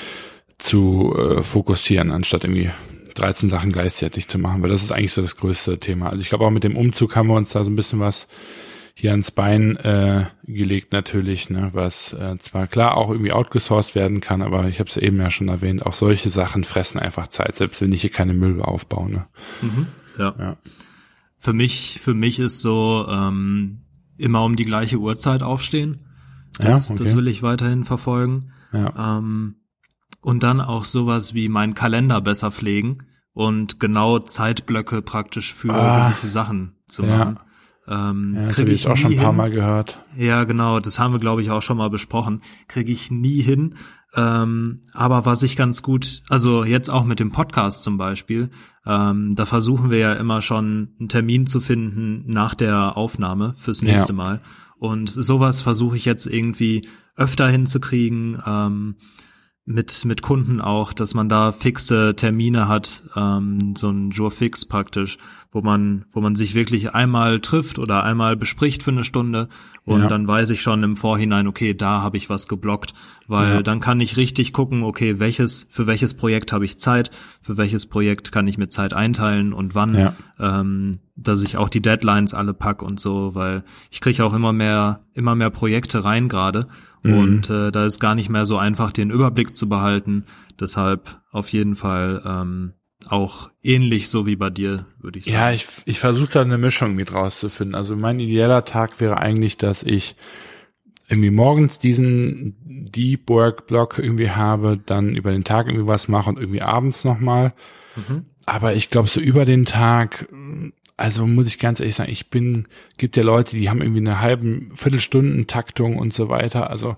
zu äh, fokussieren, anstatt irgendwie dreizehn Sachen gleichzeitig zu machen, weil das ist eigentlich so das größte Thema. Also ich glaube, auch mit dem Umzug haben wir uns da so ein bisschen was hier ans Bein äh, gelegt natürlich, ne, was äh, zwar klar auch irgendwie outgesourced werden kann, aber ich habe es eben ja schon erwähnt, auch solche Sachen fressen einfach Zeit, selbst wenn ich hier keine Müll aufbaue. Ne? Mhm. Ja. Ja. Für mich, für mich ist so ähm, immer um die gleiche Uhrzeit aufstehen. Das, Ja, okay. das will ich weiterhin verfolgen. Ja. Ähm, und dann auch sowas wie meinen Kalender besser pflegen und genau Zeitblöcke praktisch für Ah, gewisse Sachen zu ja. machen. Ähm, Ja, das krieg habe ich jetzt auch schon nie ein paar hin. Mal gehört. Ja, genau, das haben wir, glaube ich, auch schon mal besprochen. Kriege ich nie hin. Ähm, aber was ich ganz gut, also jetzt auch mit dem Podcast zum Beispiel, ähm, da versuchen wir ja immer schon einen Termin zu finden nach der Aufnahme fürs nächste Ja. Mal. Und sowas versuche ich jetzt irgendwie öfter hinzukriegen, ähm, mit mit Kunden auch, dass man da fixe Termine hat, ähm, so ein Jour fix praktisch, wo man wo man sich wirklich einmal trifft oder einmal bespricht für eine Stunde und Ja. dann weiß ich schon im Vorhinein, okay, da habe ich was geblockt, weil Ja. dann kann ich richtig gucken, okay, welches für welches Projekt habe ich Zeit, für welches Projekt kann ich mir Zeit einteilen und wann, Ja. ähm, dass ich auch die Deadlines alle pack und so, weil ich kriege auch immer mehr immer mehr Projekte rein gerade. Mhm. Und äh, da ist gar nicht mehr so einfach, den Überblick zu behalten. Deshalb auf jeden Fall ähm, auch ähnlich so wie bei dir, würde ich sagen. Ja, ich, ich versuche da eine Mischung mit rauszufinden. Also mein idealer Tag wäre eigentlich, dass ich irgendwie morgens diesen Deep Work Block irgendwie habe, dann über den Tag irgendwie was mache und irgendwie abends nochmal. Mhm. Aber ich glaube, so über den Tag, also muss ich ganz ehrlich sagen, ich bin, gibt ja Leute, die haben irgendwie eine halbe Viertelstunden-Taktung und so weiter, also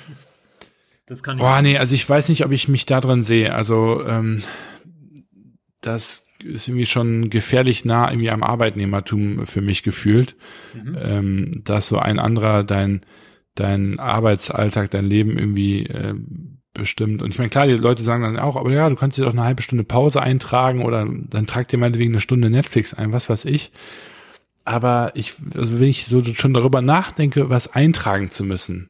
das kann ich oh nee, also ich weiß nicht, ob ich mich da drin sehe, also ähm, das ist irgendwie schon gefährlich nah irgendwie am Arbeitnehmertum für mich gefühlt, mhm. ähm, dass so ein anderer dein dein Arbeitsalltag, dein Leben irgendwie äh, bestimmt. Und ich meine, klar, die Leute sagen dann auch, aber ja, du kannst dir doch eine halbe Stunde Pause eintragen oder dann trag dir meinetwegen eine Stunde Netflix ein, was weiß ich. Aber ich, also wenn ich so schon darüber nachdenke, was eintragen zu müssen,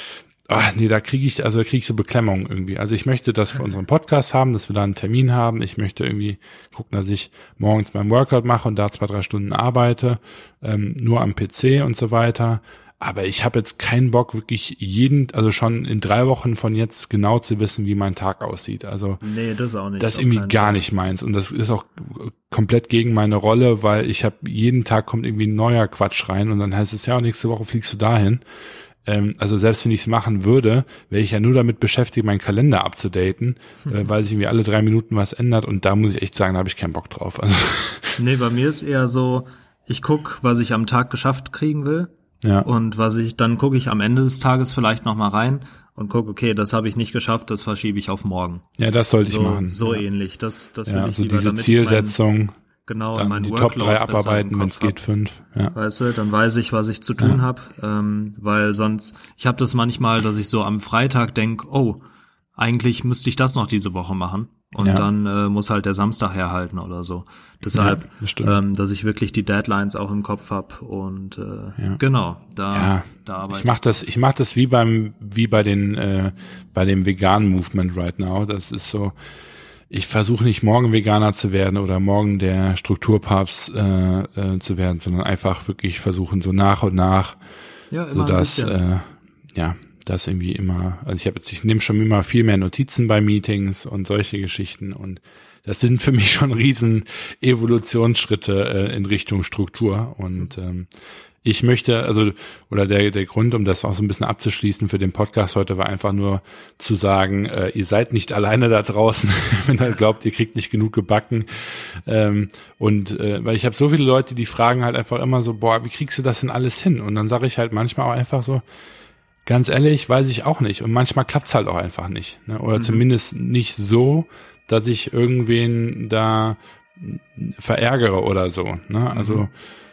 ach nee, da kriege ich, also da kriege ich so Beklemmung irgendwie. Also ich möchte, dass wir unseren Podcast haben, dass wir da einen Termin haben. Ich möchte irgendwie gucken, dass ich morgens meinen Workout mache und da zwei, drei Stunden arbeite, ähm, nur am P C und so weiter. Aber ich habe jetzt keinen Bock, wirklich jeden, also schon in drei Wochen von jetzt genau zu wissen, wie mein Tag aussieht. Also nee, das auch nicht. Das ist irgendwie gar nicht meins. Und das ist auch komplett gegen meine Rolle, weil ich habe jeden Tag kommt irgendwie ein neuer Quatsch rein und dann heißt es, ja, nächste Woche fliegst du dahin. Ähm, also selbst wenn ich es machen würde, wäre ich ja nur damit beschäftigt, meinen Kalender abzudaten, mhm. äh, weil sich irgendwie alle drei Minuten was ändert. Und da muss ich echt sagen, da habe ich keinen Bock drauf. Also nee, bei mir ist eher so, ich guck, was ich am Tag geschafft kriegen will. Ja. Und was ich, dann gucke ich am Ende des Tages vielleicht noch mal rein und gucke, okay, das habe ich nicht geschafft, das verschiebe ich auf morgen. Ja, das sollte so, ich machen. So ja. ähnlich. Das, das will ja, ich so lieber, diese damit Zielsetzung. Ich mein, genau, dann mein die Workload Top drei abarbeiten, wenn es geht, fünf. Ja. Weißt du, dann weiß ich, was ich zu tun ja. habe, ähm, weil sonst, ich habe das manchmal, dass ich so am Freitag denk, oh, eigentlich müsste ich das noch diese Woche machen. Und ja. dann äh, muss halt der Samstag herhalten oder so. Deshalb, ja, das ähm, dass ich wirklich die Deadlines auch im Kopf hab und äh, ja. genau, da, ja. da arbeite ich. mach das, ich mach das wie beim, wie bei den, äh, bei dem veganen Movement right now. Das ist so, ich versuche nicht morgen Veganer zu werden oder morgen der Strukturpapst äh, äh, zu werden, sondern einfach wirklich versuchen, so nach und nach, ja, immer sodass, äh, ja, das irgendwie immer, also ich habe jetzt, ich nehme schon immer viel mehr Notizen bei Meetings und solche Geschichten und das sind für mich schon riesen Evolutionsschritte äh, in Richtung Struktur und ähm, ich möchte, also, oder der der Grund, um das auch so ein bisschen abzuschließen für den Podcast heute, war einfach nur zu sagen, äh, ihr seid nicht alleine da draußen, wenn ihr glaubt, ihr kriegt nicht genug gebacken. Ähm, und äh, weil ich habe so viele Leute, die fragen halt einfach immer so, boah, wie kriegst du das denn alles hin? Und dann sage ich halt manchmal auch einfach so, ganz ehrlich, weiß ich auch nicht. Und manchmal klappt's halt auch einfach nicht. Ne? Oder mhm. zumindest nicht so, dass ich irgendwen da verärgere oder so. Ne? Also mhm.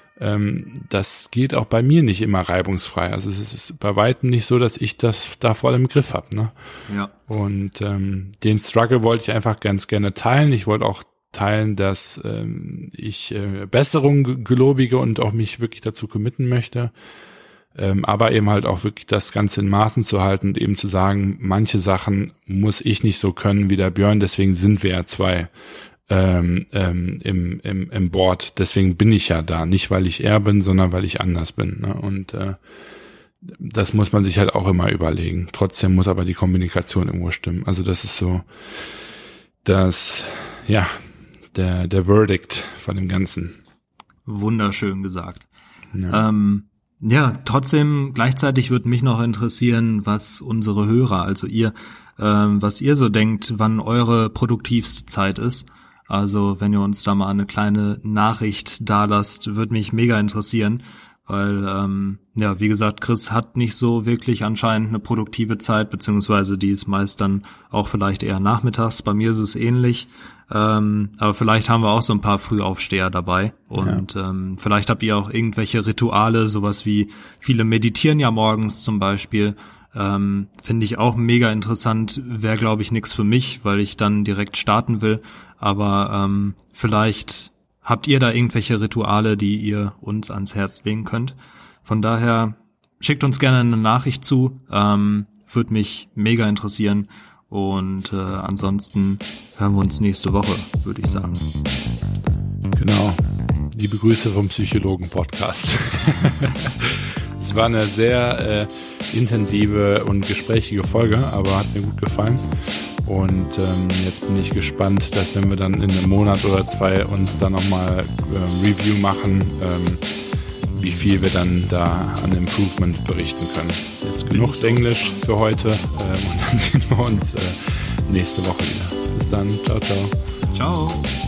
ähm, das geht auch bei mir nicht immer reibungsfrei. Also es ist bei weitem nicht so, dass ich das da voll im Griff habe. Ne? Ja. Und ähm, den Struggle wollte ich einfach ganz gerne teilen. Ich wollte auch teilen, dass ähm, ich äh, Besserung gelobige und auch mich wirklich dazu committen möchte. Ähm, aber eben halt auch wirklich das Ganze in Maßen zu halten und eben zu sagen, manche Sachen muss ich nicht so können wie der Björn, deswegen sind wir ja zwei ähm, ähm, im, im, im Board, deswegen bin ich ja da, nicht weil ich er bin, sondern weil ich anders bin. Ne? Und äh, das muss man sich halt auch immer überlegen. Trotzdem muss aber die Kommunikation irgendwo stimmen. Also das ist so das, ja, der, der Verdict von dem Ganzen. Wunderschön gesagt. Ja. Ähm, Ja, trotzdem gleichzeitig würde mich noch interessieren, was unsere Hörer, also ihr, ähm, was ihr so denkt, wann eure produktivste Zeit ist. Also wenn ihr uns da mal eine kleine Nachricht dalasst, würde mich mega interessieren, weil, ähm, ja, wie gesagt, Chris hat nicht so wirklich anscheinend eine produktive Zeit, beziehungsweise die ist meist dann auch vielleicht eher nachmittags. Bei mir ist es ähnlich. Ähm, aber vielleicht haben wir auch so ein paar Frühaufsteher dabei und ja. ähm, vielleicht habt ihr auch irgendwelche Rituale, sowas wie viele meditieren ja morgens zum Beispiel, ähm, finde ich auch mega interessant, wäre glaube ich nichts für mich, weil ich dann direkt starten will, aber ähm, vielleicht habt ihr da irgendwelche Rituale, die ihr uns ans Herz legen könnt. Von daher schickt uns gerne eine Nachricht zu, ähm, würde mich mega interessieren. Und äh, ansonsten hören wir uns nächste Woche, würde ich sagen. Genau. Liebe Grüße vom Psychologen-Podcast. Es war eine sehr äh, intensive und gesprächige Folge, aber hat mir gut gefallen. Und ähm, jetzt bin ich gespannt, dass wenn wir dann in einem Monat oder zwei uns dann nochmal äh, Review machen, ähm, wie viel wir dann da an Improvement berichten können. Jetzt genug Englisch für heute ähm, und dann sehen wir uns äh, nächste Woche wieder. Bis dann. Ciao, ciao. Ciao.